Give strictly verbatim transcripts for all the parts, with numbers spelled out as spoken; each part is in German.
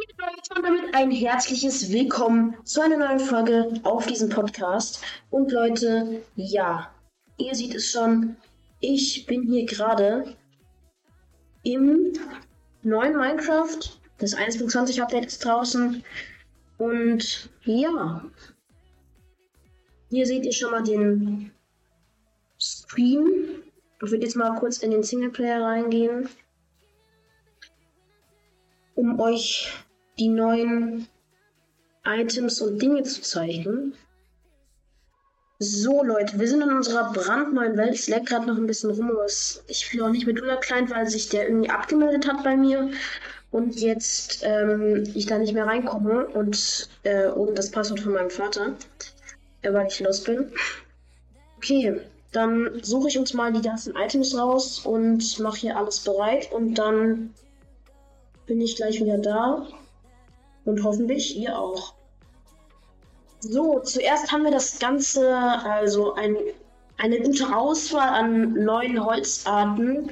Leute, und damit ein herzliches Willkommen zu einer neuen Folge auf diesem Podcast. Und Leute, ja, ihr seht es schon, ich bin hier gerade im neuen Minecraft. Das eins Punkt zwanzig Update ist draußen. Und ja, hier seht ihr schon mal den Screen. Ich würde jetzt mal kurz in den Singleplayer reingehen, um euch die neuen Items und Dinge zu zeigen. So Leute, wir sind in unserer brandneuen Welt. Es leckt gerade noch ein bisschen rum, aber ich spiele auch nicht mit Unerklein, weil sich der irgendwie abgemeldet hat bei mir. Und jetzt ähm, ich da nicht mehr reinkomme und äh, ohne das Passwort von meinem Vater, äh, weil ich los bin. Okay, dann suche ich uns mal die ganzen Items raus und mache hier alles bereit. Und dann bin ich gleich wieder da. Und hoffentlich ihr auch. So, zuerst haben wir das Ganze, also ein, eine gute Auswahl an neuen Holzarten.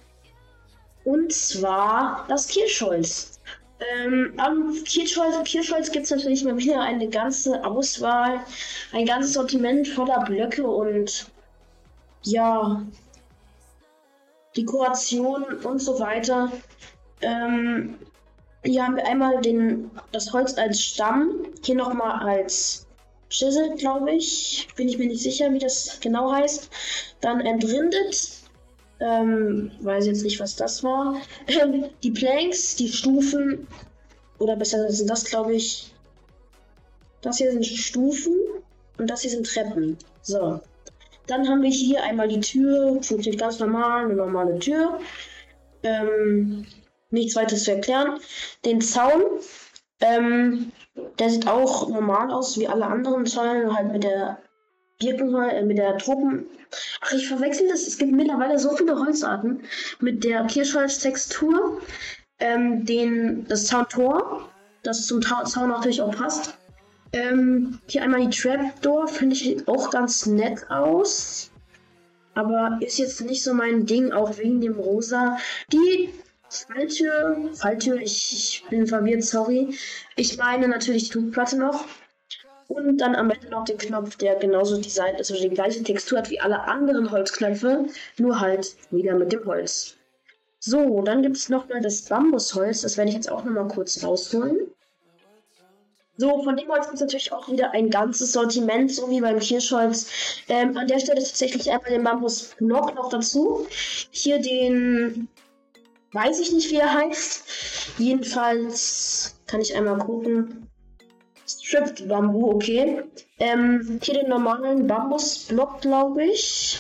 Und zwar das Kirschholz. Ähm, am Kirschholz, Kirschholz gibt es natürlich mal wieder eine ganze Auswahl, ein ganzes Sortiment voller Blöcke und ja, Dekoration und so weiter. Ähm, Hier haben wir einmal den, das Holz als Stamm, hier nochmal als Chisel, glaube ich. Bin ich mir nicht sicher, wie das genau heißt. Dann entrindet, ähm, weiß jetzt nicht, was das war. Ähm, die Planks, die Stufen, oder besser sind das, glaube ich. Das hier sind Stufen und das hier sind Treppen. So. Dann haben wir hier einmal die Tür, funktioniert ganz normal, eine normale Tür. Ähm, Nichts weiteres zu erklären. Den Zaun, ähm, der sieht auch normal aus wie alle anderen Zäune, halt mit der Birkenholz, äh, mit der Truppen. Ach, ich verwechsel das. Es gibt mittlerweile so viele Holzarten mit der Kirschholz-Textur. Ähm, den, das Zauntor, das zum Ta- Zaun natürlich auch passt. Ähm, hier einmal die Trapdoor, finde ich auch ganz nett aus. Aber ist jetzt nicht so mein Ding, auch wegen dem Rosa. Die Falltür, Falltür, ich, ich bin verwirrt, sorry. Ich meine natürlich die Tuchplatte noch. Und dann am Ende noch den Knopf, der genauso designt ist, also die gleiche Textur hat wie alle anderen Holzknöpfe, nur halt wieder mit dem Holz. So, dann gibt es noch mal das Bambusholz, das werde ich jetzt auch noch mal kurz rausholen. So, von dem Holz gibt es natürlich auch wieder ein ganzes Sortiment, so wie beim Kirschholz. Ähm, an der Stelle tatsächlich einmal den Bambusblock noch dazu. Hier den... Weiß ich nicht, wie er heißt. Jedenfalls kann ich einmal gucken. Stripped Bambu, okay. Ähm, hier den normalen Bambusblock, glaube ich.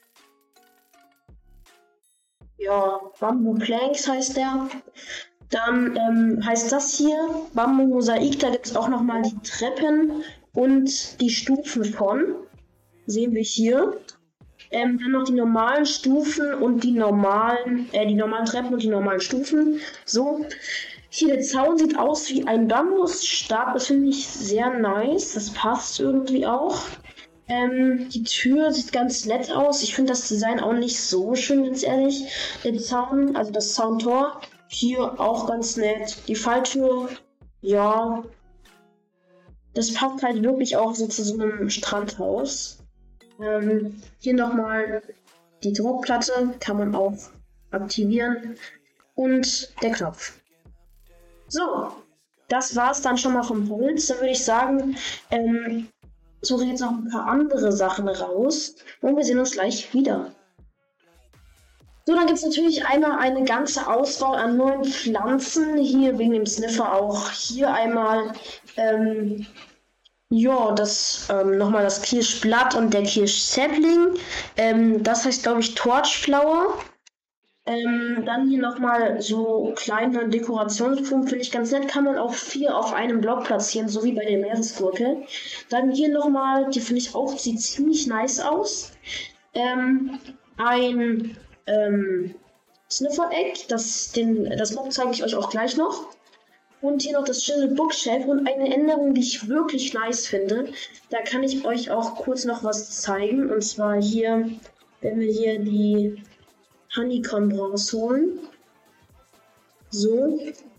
Ja, Bambu Planks heißt der. Dann ähm, heißt das hier Bambu Mosaik. Da gibt es auch nochmal die Treppen und die Stufen von. Sehen wir hier. Ähm, dann noch die normalen Stufen und die normalen, äh, die normalen Treppen und die normalen Stufen. So. Hier der Zaun sieht aus wie ein Bambusstab. Das finde ich sehr nice. Das passt irgendwie auch. Ähm, die Tür sieht ganz nett aus. Ich finde das Design auch nicht so schön, ganz ehrlich. Der Zaun, also das Zauntor, hier auch ganz nett. Die Falltür, ja. Das passt halt wirklich auch so zu so einem Strandhaus. Ähm, hier nochmal die Druckplatte, kann man auch aktivieren. Und der Knopf. So, das war's dann schon mal vom Holz. Dann würde ich sagen, ähm, suche jetzt noch ein paar andere Sachen raus. Und wir sehen uns gleich wieder. So, dann gibt es natürlich einmal eine ganze Auswahl an neuen Pflanzen. Hier wegen dem Sniffer auch. Hier einmal, ähm, ja, das ähm, nochmal das Kirschblatt und der Kirschsapling. Ähm, das heißt, glaube ich, Torchflower. Ähm, dann hier nochmal so kleine Dekorationsblumen, finde ich ganz nett. Kann man auch vier auf einem Block platzieren, so wie bei der Meeresgurke. Dann hier nochmal, die finde ich auch, sieht ziemlich nice aus. Ähm, ein ähm, Sniffer-Egg, das, den, das Mob zeige ich euch auch gleich noch. Und hier noch das Chisel Bookshelf und eine Änderung, die ich wirklich nice finde. Da kann ich euch auch kurz noch was zeigen. Und zwar hier, wenn wir hier die Honeycomb rausholen. So.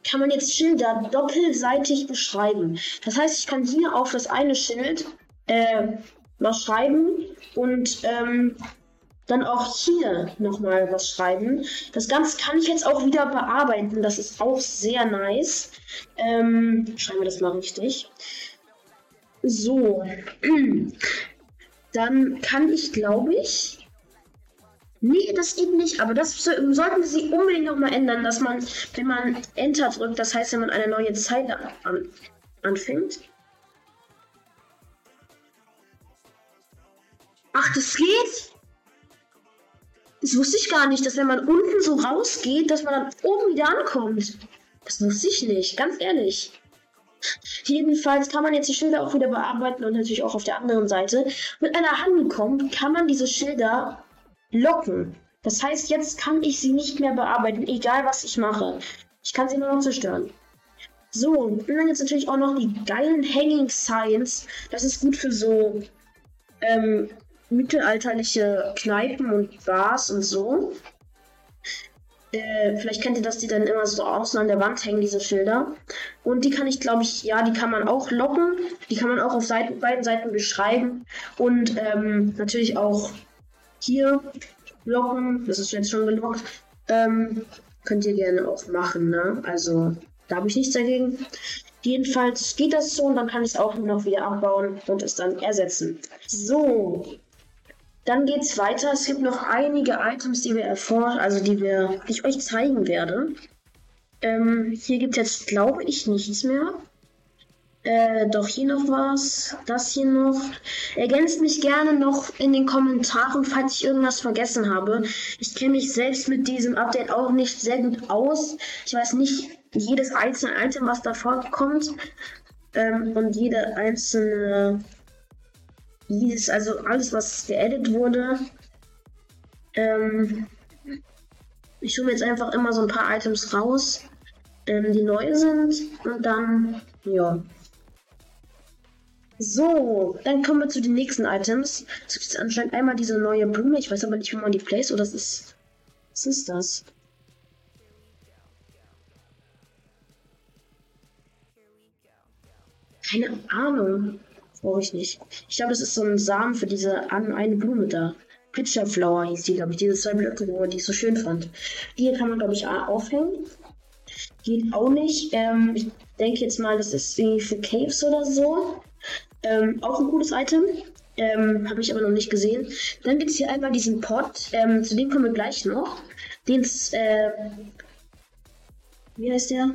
kann man jetzt Schilder doppelseitig beschreiben. Das heißt, ich kann hier auf das eine Schild äh, was schreiben und ähm, dann auch hier nochmal was schreiben. Das Ganze kann ich jetzt auch wieder bearbeiten. Das ist auch sehr nice. Ähm, schreiben wir das mal richtig. So. Dann kann ich, glaube ich... Nee, das geht nicht, aber das so, sollten sie unbedingt nochmal ändern, dass man, wenn man Enter drückt, das heißt, wenn man eine neue Zeile an, anfängt. Ach, das geht? Das wusste ich gar nicht, dass wenn man unten so rausgeht, dass man dann oben wieder ankommt. Das wusste ich nicht, ganz ehrlich. Jedenfalls kann man jetzt die Schilder auch wieder bearbeiten und natürlich auch auf der anderen Seite. Mit einer Hand kommt, kann man diese Schilder locken. Das heißt, jetzt kann ich sie nicht mehr bearbeiten, egal was ich mache. Ich kann sie nur noch zerstören. So, und dann jetzt natürlich auch noch die geilen Hanging Signs. Das ist gut für so ähm, mittelalterliche Kneipen und Bars und so. Äh, vielleicht kennt ihr das, die dann immer so außen an der Wand hängen, diese Schilder. Und die kann ich, glaube ich, ja, die kann man auch locken. Die kann man auch auf Seiten, beiden Seiten beschreiben. Und ähm, natürlich auch hier locken. Das ist jetzt schon gelockt. Ähm, könnt ihr gerne auch machen, ne? Also, da habe ich nichts dagegen. Jedenfalls geht das so und dann kann ich es auch noch wieder abbauen und es dann ersetzen. So. Dann geht's weiter. Es gibt noch einige Items, die wir erforschen, also die wir, die ich euch zeigen werde. Ähm, hier gibt es jetzt, glaube ich, nichts mehr. Äh, doch hier noch was. Das hier noch. Ergänzt mich gerne noch in den Kommentaren, falls ich irgendwas vergessen habe. Ich kenne mich selbst mit diesem Update auch nicht sehr gut aus. Ich weiß nicht jedes einzelne Item, was da vorkommt. Ähm, und jede einzelne... Jedes, also alles, was geedit wurde. Ähm, ich hole jetzt einfach immer so ein paar Items raus, ähm, die neu sind. Und dann, ja. So, dann kommen wir zu den nächsten Items. Es gibt anscheinend einmal diese neue Blume. Ich weiß aber nicht, wie man die placed. Oder das ist. Was ist das? Keine Ahnung. Brauche ich nicht. Ich glaube, das ist so ein Samen für diese an eine Blume da. Pitcher Flower hieß die, glaube ich. Diese zwei Blöcke, wo die ich so schön fand. Die hier kann man, glaube ich, aufhängen. Geht auch nicht. Ähm, ich denke jetzt mal, das ist irgendwie für Caves oder so. Ähm, auch ein cooles Item. Ähm, habe ich aber noch nicht gesehen. Dann gibt es hier einmal diesen Pot. Ähm, zu dem kommen wir gleich noch. Den ist, äh, wie heißt der?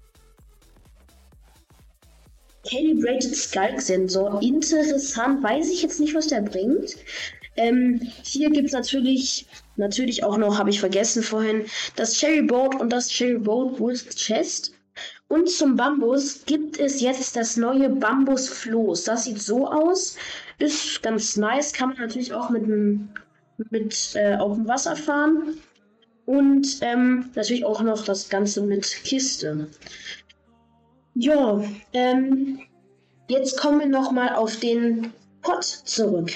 Calibrated Skulk Sensor. Interessant. Weiß ich jetzt nicht, was der bringt. Ähm, hier gibt es natürlich, natürlich auch noch, habe ich vergessen vorhin, das Cherry Boat und das Cherry Boat with Chest. Und zum Bambus gibt es jetzt das neue Bambus Floß. Das sieht so aus. Ist ganz nice. Kann man natürlich auch mit, mit äh, auf dem Wasser fahren. Und ähm, natürlich auch noch das Ganze mit Kiste. Ja, ähm, jetzt kommen wir nochmal auf den Pot zurück.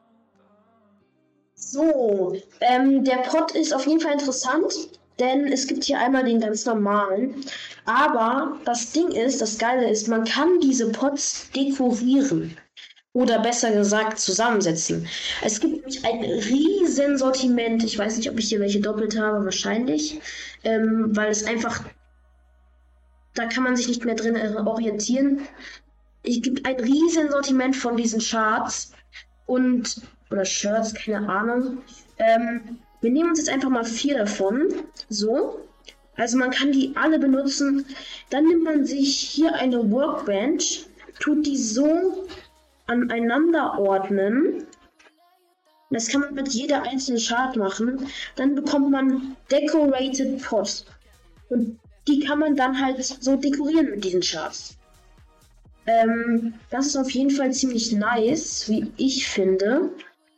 So, ähm, der Pot ist auf jeden Fall interessant, denn es gibt hier einmal den ganz normalen. Aber das Ding ist, das Geile ist, man kann diese Pots dekorieren. Oder besser gesagt zusammensetzen. Es gibt nämlich ein riesen Sortiment. Ich weiß nicht, ob ich hier welche doppelt habe, wahrscheinlich. Ähm, weil es einfach... Da kann man sich nicht mehr drin orientieren. Es gibt ein riesen Sortiment von diesen Charts und oder Shirts, keine Ahnung. Ähm, wir nehmen uns jetzt einfach mal vier davon. So. Also man kann die alle benutzen. Dann nimmt man sich hier eine Workbench, tut die so aneinander ordnen. Das kann man mit jeder einzelnen Chart machen. Dann bekommt man Decorated Pot. Und die kann man dann halt so dekorieren mit diesen Charts. Ähm, das ist auf jeden Fall ziemlich nice, wie ich finde.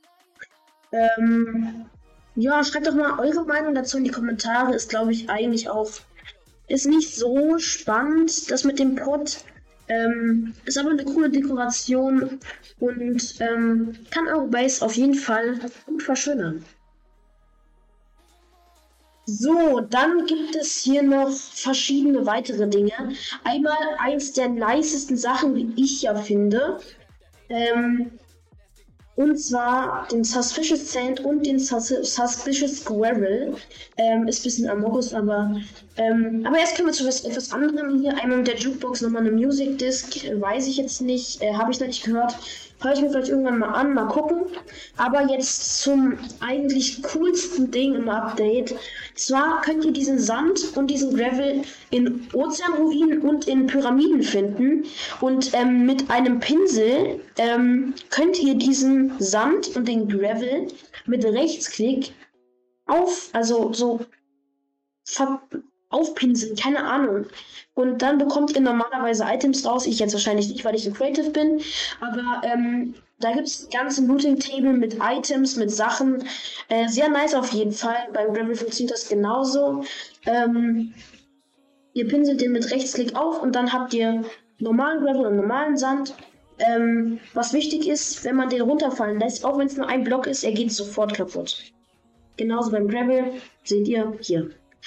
Ähm, ja, schreibt doch mal eure Meinung dazu in die Kommentare. Ist, glaube ich, eigentlich auch... Ist nicht so spannend, das mit dem Pot. Ähm, ist aber eine coole Dekoration und ähm, kann eure Base auf jeden Fall gut verschönern. So, dann gibt es hier noch verschiedene weitere Dinge. Einmal eins der nicesten Sachen, wie ich ja finde. Ähm, und zwar den Suspicious Sand und den Sus Suspicious Gravel. Ähm, ist ein bisschen Amorous, aber ähm, aber jetzt kommen wir zu was, etwas anderem hier. Einmal mit der Jukebox nochmal eine Music Disc. Äh, weiß ich jetzt nicht, äh, habe ich noch nicht gehört. Höre ich mir vielleicht irgendwann mal an, mal gucken. Aber jetzt zum eigentlich coolsten Ding im Update. Zwar könnt ihr diesen Sand und diesen Gravel in Ozeanruinen und in Pyramiden finden. Und ähm, mit einem Pinsel ähm, könnt ihr diesen Sand und den Gravel mit Rechtsklick auf, also so aufpinseln, keine Ahnung. Und dann bekommt ihr normalerweise Items raus. Ich jetzt wahrscheinlich nicht, weil ich ein Creative bin. Aber ähm, da gibt es ganze Looting-Table mit Items, mit Sachen. Äh, sehr nice auf jeden Fall. Beim Gravel funktioniert das genauso. Ähm, ihr pinselt den mit Rechtsklick auf und dann habt ihr normalen Gravel und normalen Sand. Ähm, was wichtig ist, wenn man den runterfallen lässt, auch wenn es nur ein Block ist, er geht sofort kaputt. Genauso beim Gravel, seht ihr hier.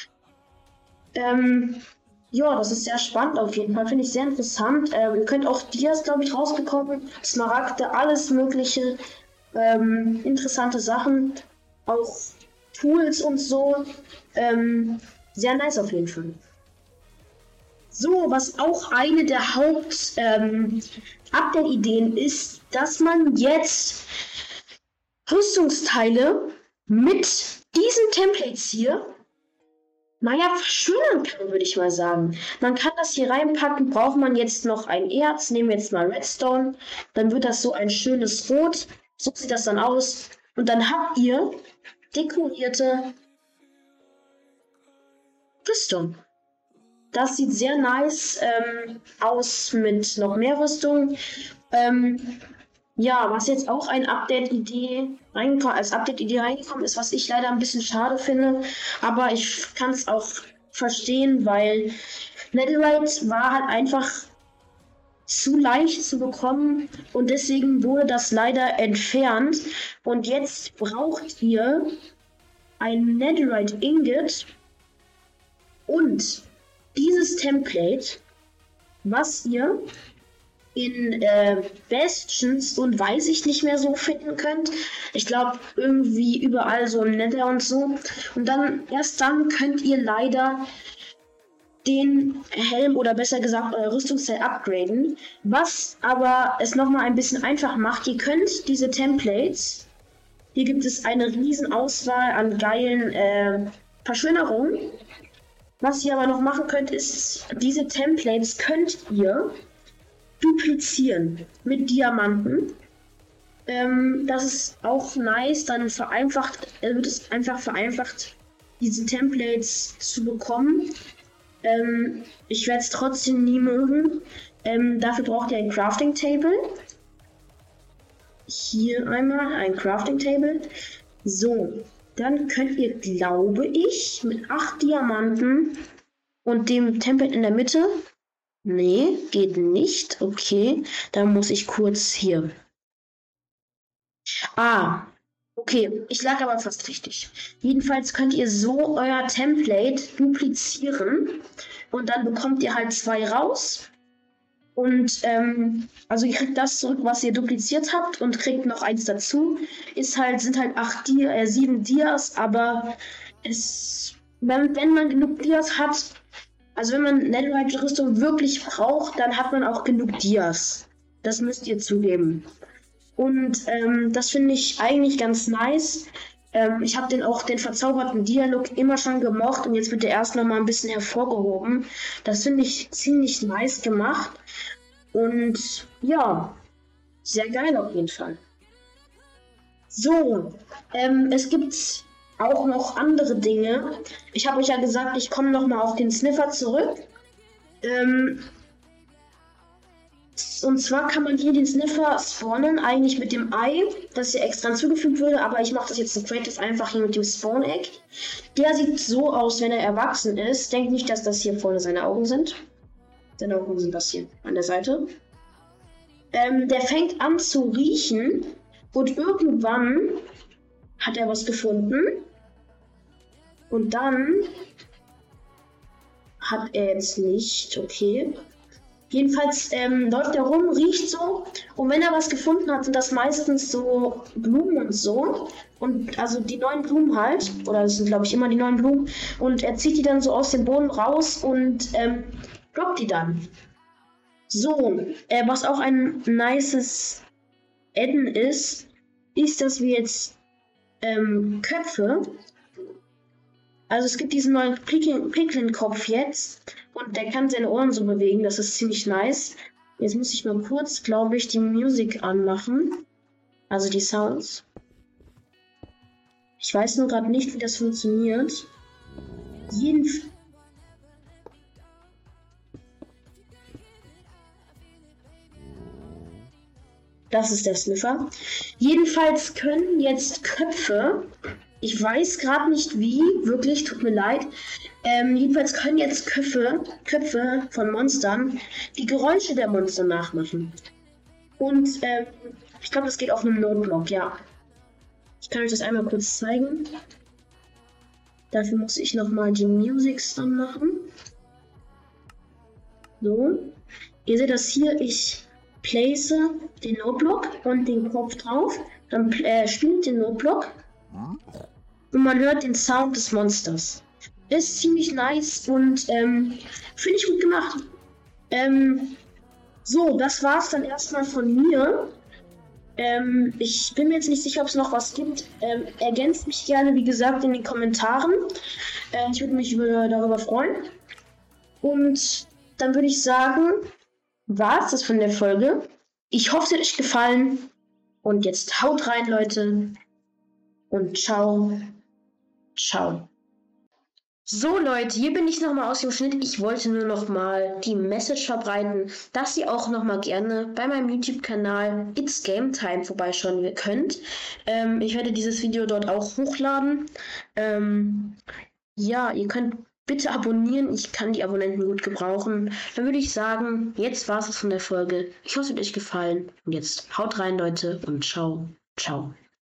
Ähm, ja, das ist sehr spannend auf jeden Fall, finde ich sehr interessant. Ähm, ihr könnt auch Dias, glaube ich, rausbekommen, Smaragde, alles mögliche, ähm, interessante Sachen, auch Tools und so. Ähm, sehr nice auf jeden Fall. So, was auch eine der Haupt-Update-Ideen ähm, ist, dass man jetzt Rüstungsteile mit diesen Templates hier, naja, verschönern kann, würde ich mal sagen. Man kann das hier reinpacken, braucht man jetzt noch ein Erz, nehmen wir jetzt mal Redstone, dann wird das so ein schönes Rot, so sieht das dann aus. Und dann habt ihr dekorierte Rüstung. Das sieht sehr nice ähm, aus mit noch mehr Rüstung. Ähm, ja, was jetzt auch ein Update-Idee reingekommen, als Update-Idee reingekommen ist, was ich leider ein bisschen schade finde, aber ich kann es auch verstehen, weil Netherite war halt einfach zu leicht zu bekommen und deswegen wurde das leider entfernt und jetzt braucht ihr ein Netherite Ingot und dieses Template, was ihr in äh, Bastions und weiß ich nicht mehr so finden könnt. Ich glaube irgendwie überall so im Nether und so. Und dann, erst dann könnt ihr leider den Helm oder besser gesagt euer Rüstungsteil upgraden. Was aber es nochmal ein bisschen einfach macht. Ihr könnt diese Templates, hier gibt es eine riesen Auswahl an geilen äh, Verschönerungen. Was ihr aber noch machen könnt, ist, diese Templates könnt ihr duplizieren mit Diamanten. Ähm, das ist auch nice, dann vereinfacht, äh, wird es einfach vereinfacht, diese Templates zu bekommen. Ähm, ich werde es trotzdem nie mögen. Ähm, dafür braucht ihr ein Crafting Table. Hier einmal ein Crafting Table. So, dann könnt ihr, glaube ich, mit acht Diamanten und dem Template in der Mitte. Nee, geht nicht. Okay, dann muss ich kurz hier. Ah, okay, ich lag aber fast richtig. Jedenfalls könnt ihr so euer Template duplizieren und dann bekommt ihr halt zwei raus. Und ähm, also ihr kriegt das zurück, was ihr dupliziert habt und kriegt noch eins dazu. Ist halt, sind halt acht Dia, äh, sieben Dias, aber es, wenn, wenn man genug Dias hat, also wenn man Netherite-Rüstung wirklich braucht, dann hat man auch genug Dias. Das müsst ihr zugeben. Und ähm, das finde ich eigentlich ganz nice. Ähm, ich habe den auch den verzauberten Dialog immer schon gemocht und jetzt wird der erst noch mal ein bisschen hervorgehoben. Das finde ich ziemlich nice gemacht. Und ja, sehr geil auf jeden Fall. So, ähm, es gibt auch noch andere Dinge. Ich habe euch ja gesagt, ich komme noch mal auf den Sniffer zurück. Ähm, und zwar kann man hier den Sniffer spawnen, eigentlich mit dem Ei, das hier extra hinzugefügt wurde, aber ich mache das jetzt in Creative einfach hier mit dem Spawn-Egg. Der sieht so aus, wenn er erwachsen ist. Denkt nicht, dass das hier vorne seine Augen sind. Seine Augen sind das hier an der Seite. Ähm, der fängt an zu riechen und irgendwann hat er was gefunden. Und dann hat er jetzt nicht, okay. Jedenfalls ähm, läuft er rum, riecht so. Und wenn er was gefunden hat, sind das meistens so Blumen und so. Und also die neuen Blumen halt. Oder das sind, glaube ich, immer die neuen Blumen. Und er zieht die dann so aus dem Boden raus und ähm, droppt die dann. So, äh, was auch ein nices Adden ist, ist, dass wir jetzt ähm, Köpfe. Also es gibt diesen neuen Piglin-Kopf jetzt und der kann seine Ohren so bewegen, das ist ziemlich nice. Jetzt muss ich mal kurz, glaube ich, die Musik anmachen. Also die Sounds. Ich weiß nur gerade nicht, wie das funktioniert. Jedenfalls... Das ist der Sniffer. Jedenfalls können jetzt Köpfe... Ich weiß gerade nicht wie, wirklich, tut mir leid. Ähm, jedenfalls können jetzt Köpfe, Köpfe von Monstern die Geräusche der Monster nachmachen. Und ähm, ich glaube, das geht auf einem Noteblock, ja. Ich kann euch das einmal kurz zeigen. Dafür muss ich nochmal die Musics anmachen. So. Ihr seht das hier, ich place den Noteblock und den Kopf drauf. Dann äh, spielt den Noteblock. Und man hört den Sound des Monsters. Ist ziemlich nice und ähm, finde ich gut gemacht. Ähm, so, das war's dann erstmal von mir. Ähm, ich bin mir jetzt nicht sicher, ob es noch was gibt. Ähm, ergänzt mich gerne, wie gesagt, in den Kommentaren. Äh, ich würde mich über, darüber freuen. Und dann würde ich sagen, war's das von der Folge. Ich hoffe, es hat euch gefallen. Und jetzt haut rein, Leute. Und ciao. Ciao. So Leute, hier bin ich nochmal aus dem Schnitt. Ich wollte nur nochmal die Message verbreiten, dass ihr auch nochmal gerne bei meinem YouTube-Kanal It's Game Time vorbeischauen könnt. Ähm, ich werde dieses Video dort auch hochladen. Ähm, ja, ihr könnt bitte abonnieren. Ich kann die Abonnenten gut gebrauchen. Dann würde ich sagen, jetzt war es von der Folge. Ich hoffe, es hat euch gefallen. Und jetzt haut rein, Leute, und ciao. Ciao.